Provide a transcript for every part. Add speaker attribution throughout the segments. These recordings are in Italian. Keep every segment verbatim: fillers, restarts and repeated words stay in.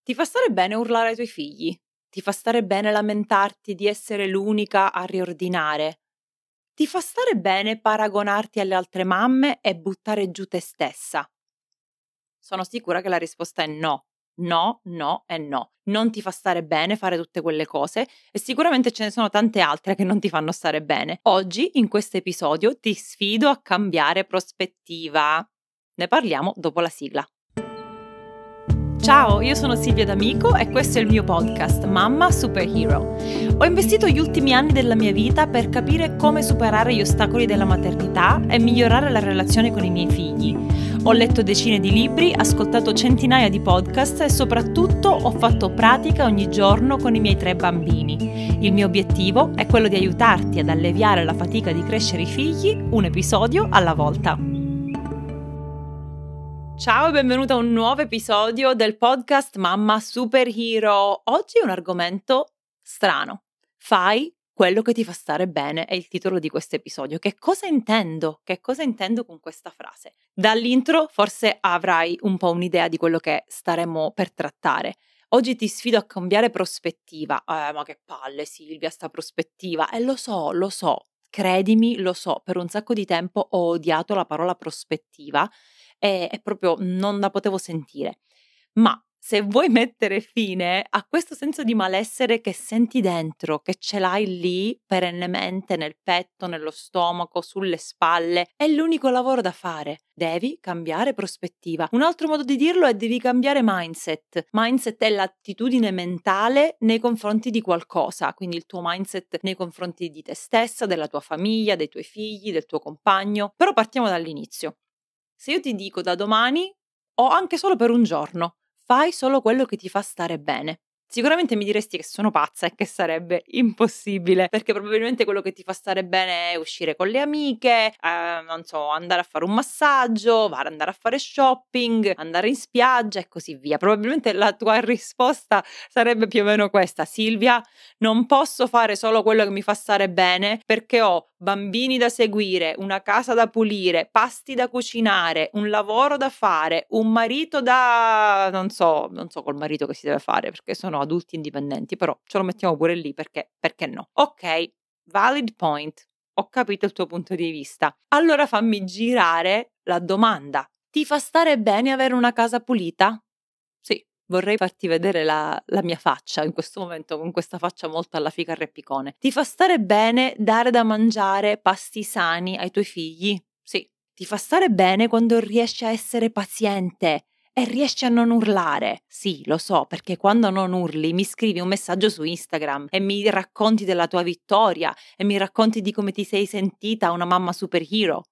Speaker 1: Ti fa stare bene urlare ai tuoi figli? Ti fa stare bene lamentarti di essere l'unica a riordinare? Ti fa stare bene paragonarti alle altre mamme e buttare giù te stessa? Sono sicura che la risposta è no. No, no e no. Non ti fa stare bene fare tutte quelle cose e sicuramente ce ne sono tante altre che non ti fanno stare bene. Oggi, in questo episodio, ti sfido a cambiare prospettiva. Ne parliamo dopo la sigla. Ciao, io sono Silvia D'Amico e questo è il mio podcast Mamma Superhero. Ho investito gli ultimi anni della mia vita per capire come superare gli ostacoli della maternità e migliorare la relazione con i miei figli. Ho letto decine di libri, ascoltato centinaia di podcast e soprattutto ho fatto pratica ogni giorno con i miei tre bambini. Il mio obiettivo è quello di aiutarti ad alleviare la fatica di crescere i figli un episodio alla volta. Ciao e benvenuta a un nuovo episodio del podcast Mamma Superhero. Oggi è un argomento strano. Fai quello che ti fa stare bene è il titolo di questo episodio. Che cosa intendo? Che cosa intendo con questa frase? Dall'intro forse avrai un po' un'idea di quello che staremo per trattare. Oggi ti sfido a cambiare prospettiva. Eh, ma che palle Silvia, sta prospettiva. E eh, lo so, lo so. Credimi, lo so, per un sacco di tempo ho odiato la parola prospettiva e, e proprio non la potevo sentire. Ma se vuoi mettere fine a questo senso di malessere che senti dentro, che ce l'hai lì perennemente nel petto, nello stomaco, sulle spalle, è l'unico lavoro da fare. Devi cambiare prospettiva. Un altro modo di dirlo è devi cambiare mindset. Mindset è l'attitudine mentale nei confronti di qualcosa, quindi il tuo mindset nei confronti di te stessa, della tua famiglia, dei tuoi figli, del tuo compagno. Però partiamo dall'inizio. Se io ti dico da domani o anche solo per un giorno, fai solo quello che ti fa stare bene. Sicuramente mi diresti che sono pazza e che sarebbe impossibile, perché probabilmente quello che ti fa stare bene è uscire con le amiche, eh, non so, andare a fare un massaggio, andare a fare shopping, andare in spiaggia e così via. Probabilmente la tua risposta sarebbe più o meno questa: Silvia, non posso fare solo quello che mi fa stare bene perché ho bambini da seguire, una casa da pulire, pasti da cucinare, un lavoro da fare, un marito da... non so, non so col marito che si deve fare perché sono adulti indipendenti, però ce lo mettiamo pure lì perché, perché no. Ok, valid point, ho capito il tuo punto di vista. Allora fammi girare la domanda. Ti fa stare bene avere una casa pulita? Sì. Vorrei farti vedere la, la mia faccia in questo momento, con questa faccia molto alla fica Reppicone. Ti fa stare bene dare da mangiare pasti sani ai tuoi figli? Sì. Ti fa stare bene quando riesci a essere paziente e riesci a non urlare? Sì, lo so, perché quando non urli mi scrivi un messaggio su Instagram e mi racconti della tua vittoria e mi racconti di come ti sei sentita una mamma superhero.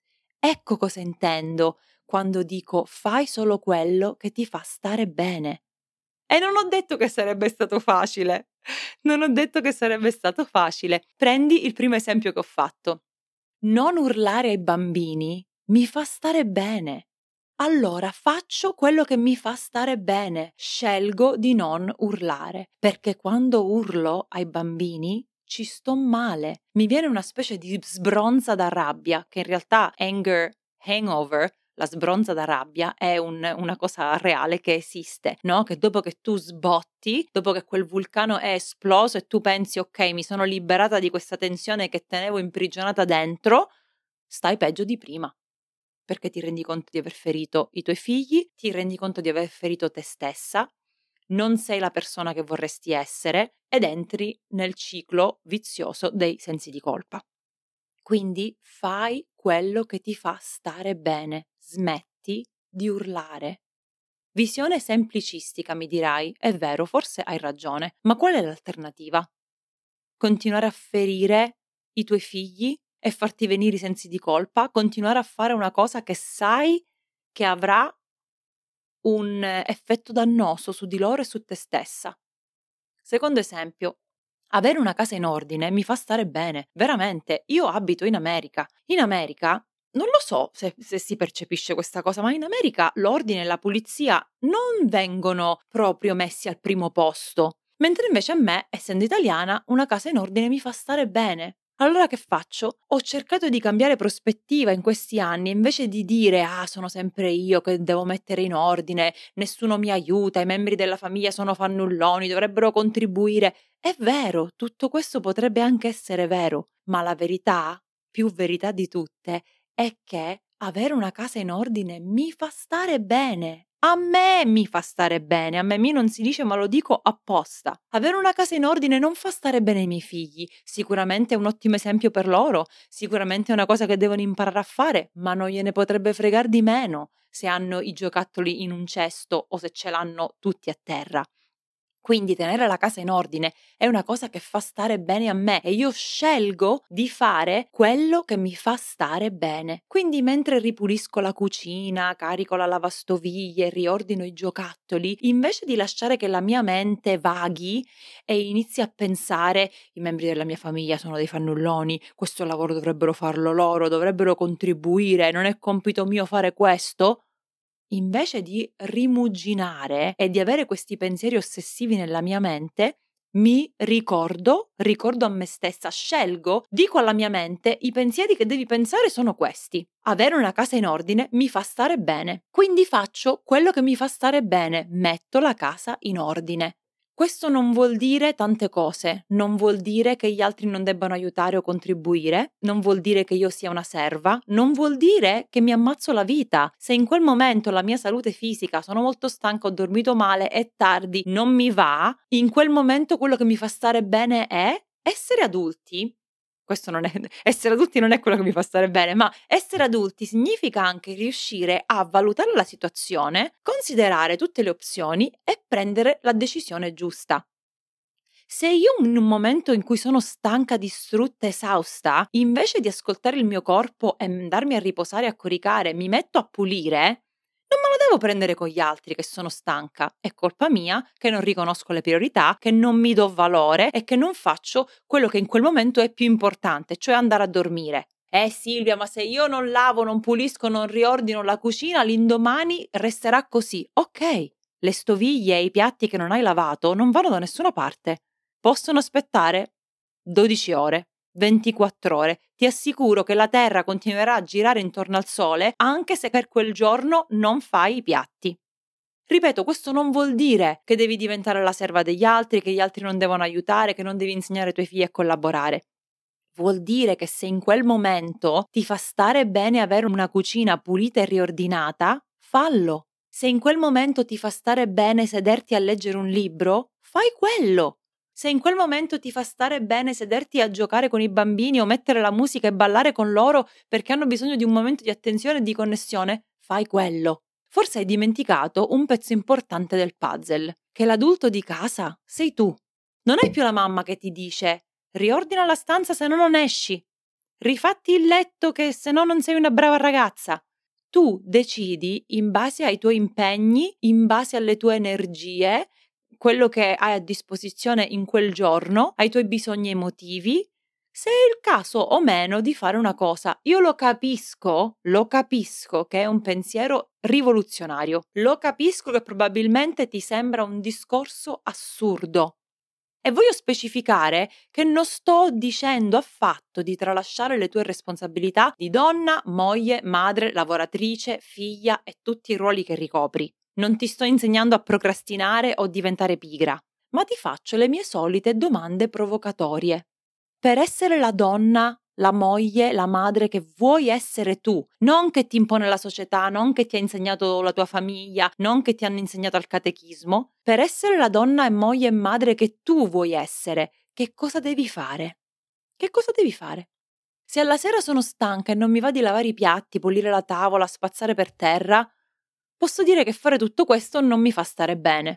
Speaker 1: Ecco cosa intendo quando dico fai solo quello che ti fa stare bene. E non ho detto che sarebbe stato facile. Non ho detto che sarebbe stato facile. Prendi il primo esempio che ho fatto. Non urlare ai bambini mi fa stare bene. Allora faccio quello che mi fa stare bene. Scelgo di non urlare, perché quando urlo ai bambini ci sto male. Mi viene una specie di sbronza da rabbia, che in realtà anger hangover, la sbronza da rabbia, è un, una cosa reale che esiste, no? Che dopo che tu sbotti, dopo che quel vulcano è esploso e tu pensi ok, mi sono liberata di questa tensione che tenevo imprigionata dentro, stai peggio di prima. Perché ti rendi conto di aver ferito i tuoi figli, ti rendi conto di aver ferito te stessa, non sei la persona che vorresti essere ed entri nel ciclo vizioso dei sensi di colpa. Quindi fai quello che ti fa stare bene, smetti di urlare. Visione semplicistica, mi dirai, è vero, forse hai ragione, ma qual è l'alternativa? Continuare a ferire i tuoi figli e farti venire i sensi di colpa? Continuare a fare una cosa che sai che avrà un effetto dannoso su di loro e su te stessa? Secondo esempio, avere una casa in ordine mi fa stare bene, veramente. Io abito in America. In America, non lo so se, se si percepisce questa cosa, ma in America l'ordine e la pulizia non vengono proprio messi al primo posto. Mentre invece a me, essendo italiana, una casa in ordine mi fa stare bene. Allora che faccio? Ho cercato di cambiare prospettiva in questi anni e invece di dire ah sono sempre io che devo mettere in ordine, nessuno mi aiuta, i membri della famiglia sono fannulloni, dovrebbero contribuire. È vero, tutto questo potrebbe anche essere vero, ma la verità, più verità di tutte, è che avere una casa in ordine mi fa stare bene. A me mi fa stare bene, a me mi non si dice ma lo dico apposta. Avere una casa in ordine non fa stare bene i miei figli, sicuramente è un ottimo esempio per loro, sicuramente è una cosa che devono imparare a fare, ma non gliene potrebbe fregar di meno se hanno i giocattoli in un cesto o se ce l'hanno tutti a terra. Quindi tenere la casa in ordine è una cosa che fa stare bene a me e io scelgo di fare quello che mi fa stare bene. Quindi mentre ripulisco la cucina, carico la lavastoviglie, riordino i giocattoli, invece di lasciare che la mia mente vaghi e inizi a pensare i membri della mia famiglia sono dei fannulloni, questo lavoro dovrebbero farlo loro, dovrebbero contribuire, non è compito mio fare questo, invece di rimuginare e di avere questi pensieri ossessivi nella mia mente, mi ricordo, ricordo a me stessa, scelgo, dico alla mia mente, i pensieri che devi pensare sono questi. Avere una casa in ordine mi fa stare bene. Quindi faccio quello che mi fa stare bene, metto la casa in ordine. Questo non vuol dire tante cose, non vuol dire che gli altri non debbano aiutare o contribuire, non vuol dire che io sia una serva, non vuol dire che mi ammazzo la vita. Se in quel momento la mia salute fisica, sono molto stanca, ho dormito male, è tardi, non mi va, in quel momento quello che mi fa stare bene è essere adulti. Questo non è, essere adulti non è quello che mi fa stare bene, ma essere adulti significa anche riuscire a valutare la situazione, considerare tutte le opzioni e prendere la decisione giusta. Se io in un momento in cui sono stanca, distrutta, esausta, invece di ascoltare il mio corpo e andarmi a riposare e a coricare, mi metto a pulire, non me lo devo prendere con gli altri che sono stanca. È colpa mia che non riconosco le priorità, che non mi do valore e che non faccio quello che in quel momento è più importante, cioè andare a dormire. Eh Silvia, ma se io non lavo, non pulisco, non riordino la cucina, l'indomani resterà così. Ok, le stoviglie e i piatti che non hai lavato non vanno da nessuna parte. Possono aspettare dodici ore, ventiquattro ore. Ti assicuro che la Terra continuerà a girare intorno al Sole anche se per quel giorno non fai i piatti. Ripeto, questo non vuol dire che devi diventare la serva degli altri, che gli altri non devono aiutare, che non devi insegnare ai tuoi figli a collaborare. Vuol dire che se in quel momento ti fa stare bene avere una cucina pulita e riordinata, fallo. Se in quel momento ti fa stare bene sederti a leggere un libro, fai quello. Se in quel momento ti fa stare bene sederti a giocare con i bambini o mettere la musica e ballare con loro perché hanno bisogno di un momento di attenzione e di connessione, fai quello. Forse hai dimenticato un pezzo importante del puzzle, che l'adulto di casa sei tu. Non hai più la mamma che ti dice riordina la stanza se no non esci, rifatti il letto che se no non sei una brava ragazza. Tu decidi in base ai tuoi impegni, in base alle tue energie, quello che hai a disposizione in quel giorno, ai tuoi bisogni emotivi, se è il caso o meno di fare una cosa. Io lo capisco, lo capisco che è un pensiero rivoluzionario, lo capisco che probabilmente ti sembra un discorso assurdo. E voglio specificare che non sto dicendo affatto di tralasciare le tue responsabilità di donna, moglie, madre, lavoratrice, figlia e tutti i ruoli che ricopri. Non ti sto insegnando a procrastinare o diventare pigra, ma ti faccio le mie solite domande provocatorie. Per essere la donna, la moglie, la madre che vuoi essere tu, non che ti impone la società, non che ti ha insegnato la tua famiglia, non che ti hanno insegnato al catechismo, per essere la donna e moglie e madre che tu vuoi essere, che cosa devi fare? Che cosa devi fare? Se alla sera sono stanca e non mi va di lavare i piatti, pulire la tavola, spazzare per terra, posso dire che fare tutto questo non mi fa stare bene.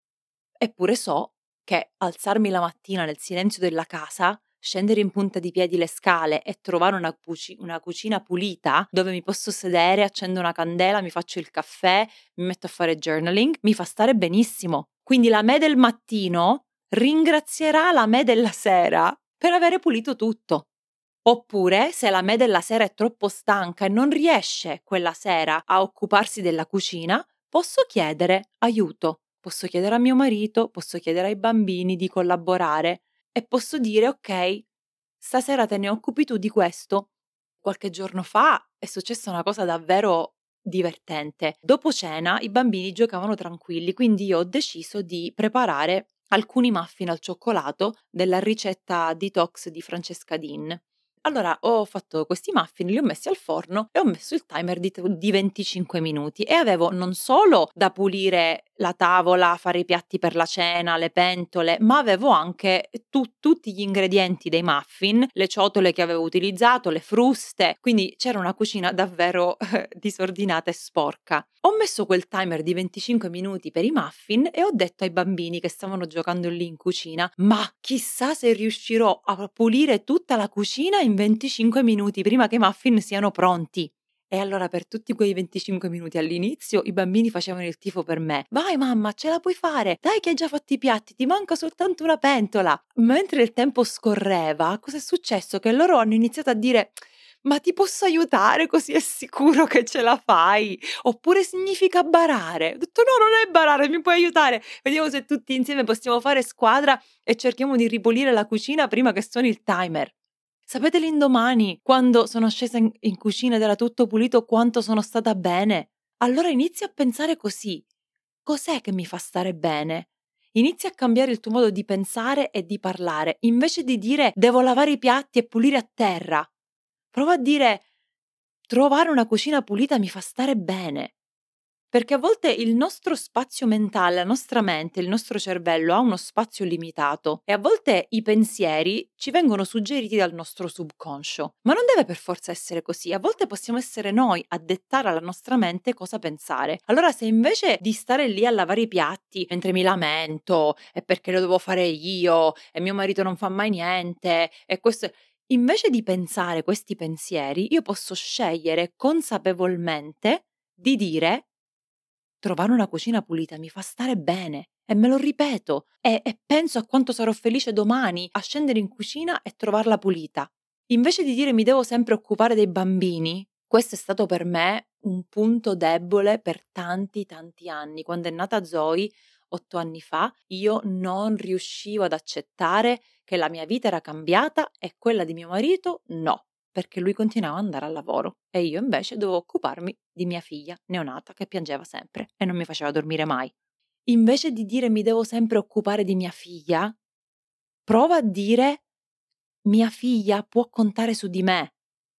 Speaker 1: Eppure so che alzarmi la mattina nel silenzio della casa, scendere in punta di piedi le scale e trovare una, cuci- una cucina pulita dove mi posso sedere, accendo una candela, mi faccio il caffè, mi metto a fare journaling, mi fa stare benissimo. Quindi la me del mattino ringrazierà la me della sera per avere pulito tutto. Oppure, se la me della sera è troppo stanca e non riesce quella sera a occuparsi della cucina, posso chiedere aiuto. Posso chiedere a mio marito, posso chiedere ai bambini di collaborare e posso dire ok, stasera te ne occupi tu di questo. Qualche giorno fa è successa una cosa davvero divertente. Dopo cena i bambini giocavano tranquilli, quindi io ho deciso di preparare alcuni muffin al cioccolato della ricetta detox di Francesca Dean. Allora ho fatto questi muffin, li ho messi al forno e ho messo il timer di, di venticinque minuti e avevo non solo da pulire la tavola, fare i piatti per la cena, le pentole, ma avevo anche tu, tutti gli ingredienti dei muffin, le ciotole che avevo utilizzato, le fruste, quindi c'era una cucina davvero eh, disordinata e sporca. Ho messo quel timer di venticinque minuti per i muffin e ho detto ai bambini che stavano giocando lì in cucina: ma chissà se riuscirò a pulire tutta la cucina in venticinque minuti prima che i muffin siano pronti. E allora per tutti quei venticinque minuti all'inizio i bambini facevano il tifo per me. Vai mamma, ce la puoi fare! Dai che hai già fatto i piatti, ti manca soltanto una pentola! Mentre il tempo scorreva, cos'è successo? Che loro hanno iniziato a dire: ma ti posso aiutare così è sicuro che ce la fai? Oppure significa barare? Ho detto no, non è barare, mi puoi aiutare? Vediamo se tutti insieme possiamo fare squadra e cerchiamo di ripulire la cucina prima che suoni il timer. Sapete l'indomani, quando sono scesa in, in cucina ed era tutto pulito, quanto sono stata bene? Allora inizi a pensare così. Cos'è che mi fa stare bene? Inizi a cambiare il tuo modo di pensare e di parlare. Invece di dire devo lavare i piatti e pulire a terra, prova a dire trovare una cucina pulita mi fa stare bene. Perché a volte il nostro spazio mentale, la nostra mente, il nostro cervello ha uno spazio limitato e a volte i pensieri ci vengono suggeriti dal nostro subconscio. Ma non deve per forza essere così, a volte possiamo essere noi a dettare alla nostra mente cosa pensare. Allora se invece di stare lì a lavare i piatti mentre mi lamento e perché lo devo fare io e mio marito non fa mai niente e questo... Invece di pensare questi pensieri, io posso scegliere consapevolmente di dire trovare una cucina pulita mi fa stare bene e me lo ripeto e, e penso a quanto sarò felice domani a scendere in cucina e trovarla pulita. Invece di dire mi devo sempre occupare dei bambini, questo è stato per me un punto debole per tanti tanti anni. Quando è nata Zoe, otto anni fa, io non riuscivo ad accettare che la mia vita era cambiata e quella di mio marito no, perché lui continuava ad andare al lavoro e io invece dovevo occuparmi di mia figlia neonata che piangeva sempre e non mi faceva dormire mai. Invece di dire mi devo sempre occupare di mia figlia, prova a dire mia figlia può contare su di me.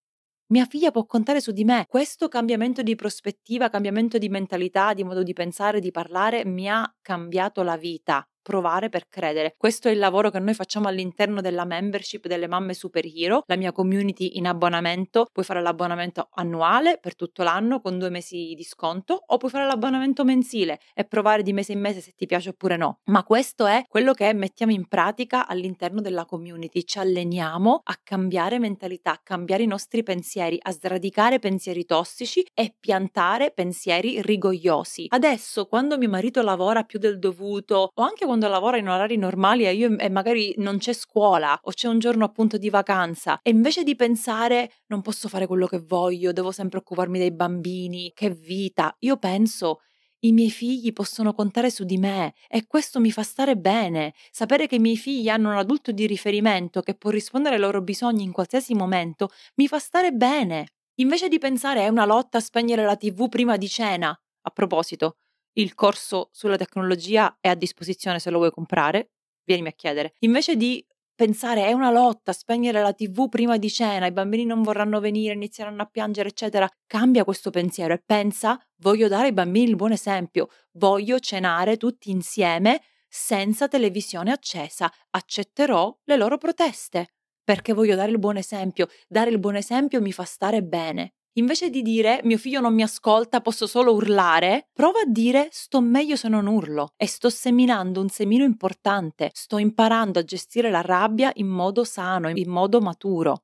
Speaker 1: Mia figlia può contare su di me. Questo cambiamento di prospettiva, cambiamento di mentalità, di modo di pensare, di parlare, mi ha cambiato la vita. Provare per credere. Questo è il lavoro che noi facciamo all'interno della membership delle Mamme Superhero, la mia community in abbonamento. Puoi fare l'abbonamento annuale per tutto l'anno con due mesi di sconto o puoi fare l'abbonamento mensile e provare di mese in mese se ti piace oppure no. Ma questo è quello che mettiamo in pratica all'interno della community. Ci alleniamo a cambiare mentalità, a cambiare i nostri pensieri, a sradicare pensieri tossici e piantare pensieri rigogliosi. Adesso, quando mio marito lavora più del dovuto o anche quando lavora in orari normali e io e magari non c'è scuola o c'è un giorno appunto di vacanza e invece di pensare non posso fare quello che voglio, devo sempre occuparmi dei bambini, che vita, io penso i miei figli possono contare su di me e questo mi fa stare bene. Sapere che i miei figli hanno un adulto di riferimento che può rispondere ai loro bisogni in qualsiasi momento mi fa stare bene. Invece di pensare è una lotta a spegnere la tivù prima di cena. A proposito, il corso sulla tecnologia è a disposizione se lo vuoi comprare, vienimi a chiedere. Invece di pensare è una lotta, spegnere la tivù prima di cena, i bambini non vorranno venire, inizieranno a piangere, eccetera. Cambia questo pensiero e pensa, voglio dare ai bambini il buon esempio, voglio cenare tutti insieme senza televisione accesa, accetterò le loro proteste, perché voglio dare il buon esempio, dare il buon esempio mi fa stare bene. Invece di dire mio figlio non mi ascolta, posso solo urlare, prova a dire sto meglio se non urlo e sto seminando un semino importante, sto imparando a gestire la rabbia in modo sano, in modo maturo.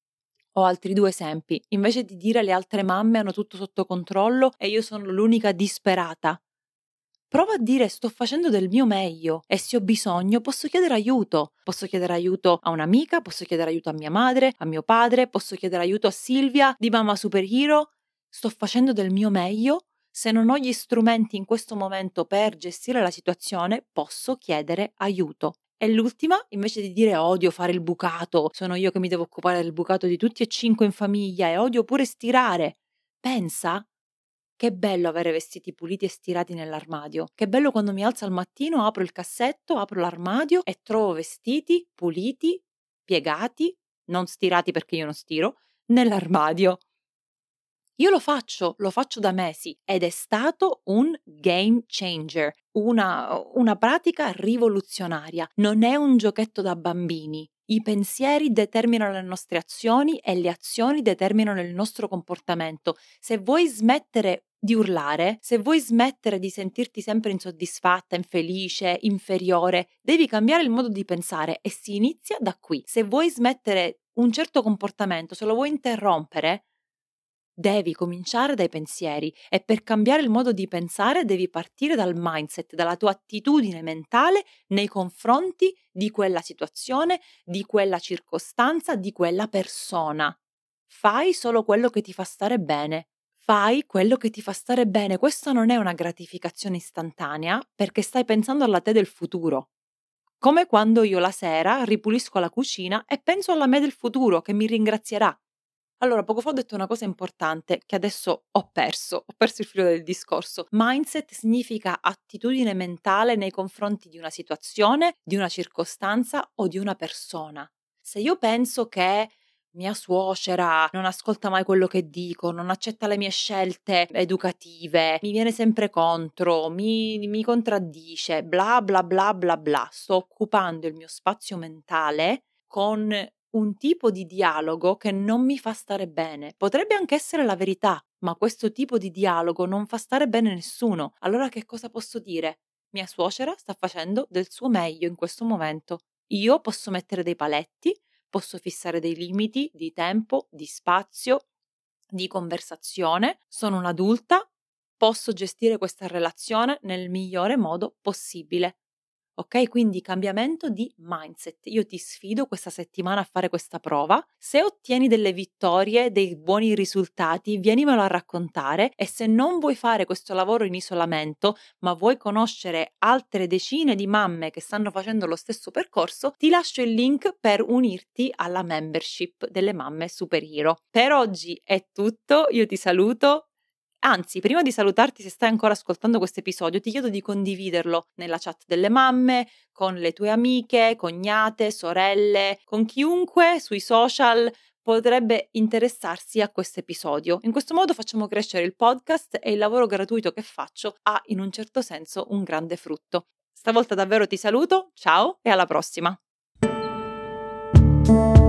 Speaker 1: Ho altri due esempi. Invece di dire le altre mamme hanno tutto sotto controllo e io sono l'unica disperata, prova a dire sto facendo del mio meglio e se ho bisogno posso chiedere aiuto. Posso chiedere aiuto a un'amica, posso chiedere aiuto a mia madre, a mio padre, posso chiedere aiuto a Silvia di Mamma Superhero. Sto facendo del mio meglio. Se non ho gli strumenti in questo momento per gestire la situazione, posso chiedere aiuto. E l'ultima, invece di dire odio fare il bucato, sono io che mi devo occupare del bucato di tutti e cinque in famiglia e odio pure stirare, pensa che bello avere vestiti puliti e stirati nell'armadio. Che bello quando mi alzo al mattino, apro il cassetto, apro l'armadio e trovo vestiti puliti, piegati, non stirati perché io non stiro, nell'armadio. Io lo faccio, lo faccio da mesi ed è stato un game changer, una, una pratica rivoluzionaria. Non è un giochetto da bambini. I pensieri determinano le nostre azioni e le azioni determinano il nostro comportamento. Se vuoi smettere di urlare, se vuoi smettere di sentirti sempre insoddisfatta, infelice, inferiore, devi cambiare il modo di pensare e si inizia da qui. Se vuoi smettere un certo comportamento, se lo vuoi interrompere, devi cominciare dai pensieri e per cambiare il modo di pensare devi partire dal mindset, dalla tua attitudine mentale nei confronti di quella situazione, di quella circostanza, di quella persona. Fai solo quello che ti fa stare bene. Fai quello che ti fa stare bene. Questa non è una gratificazione istantanea perché stai pensando alla te del futuro. Come quando io la sera ripulisco la cucina e penso alla me del futuro che mi ringrazierà. Allora, poco fa ho detto una cosa importante che adesso ho perso, ho perso il filo del discorso. Mindset significa attitudine mentale nei confronti di una situazione, di una circostanza o di una persona. Se io penso che mia suocera non ascolta mai quello che dico, non accetta le mie scelte educative, mi viene sempre contro, mi, mi contraddice, bla bla bla bla bla, sto occupando il mio spazio mentale con un tipo di dialogo che non mi fa stare bene. Potrebbe anche essere la verità, ma questo tipo di dialogo non fa stare bene nessuno. Allora che cosa posso dire? Mia suocera sta facendo del suo meglio in questo momento. Io posso mettere dei paletti, posso fissare dei limiti di tempo, di spazio, di conversazione. Sono un'adulta, posso gestire questa relazione nel migliore modo possibile. Ok, quindi cambiamento di mindset. Io ti sfido questa settimana a fare questa prova. Se ottieni delle vittorie, dei buoni risultati, vienimelo a raccontare e se non vuoi fare questo lavoro in isolamento, ma vuoi conoscere altre decine di mamme che stanno facendo lo stesso percorso, ti lascio il link per unirti alla membership delle mamme Superhero. Per oggi è tutto, io ti saluto. Anzi, prima di salutarti, se stai ancora ascoltando questo episodio, ti chiedo di condividerlo nella chat delle mamme, con le tue amiche, cognate, sorelle, con chiunque sui social potrebbe interessarsi a questo episodio. In questo modo facciamo crescere il podcast e il lavoro gratuito che faccio ha in un certo senso un grande frutto. Stavolta davvero ti saluto, ciao e alla prossima!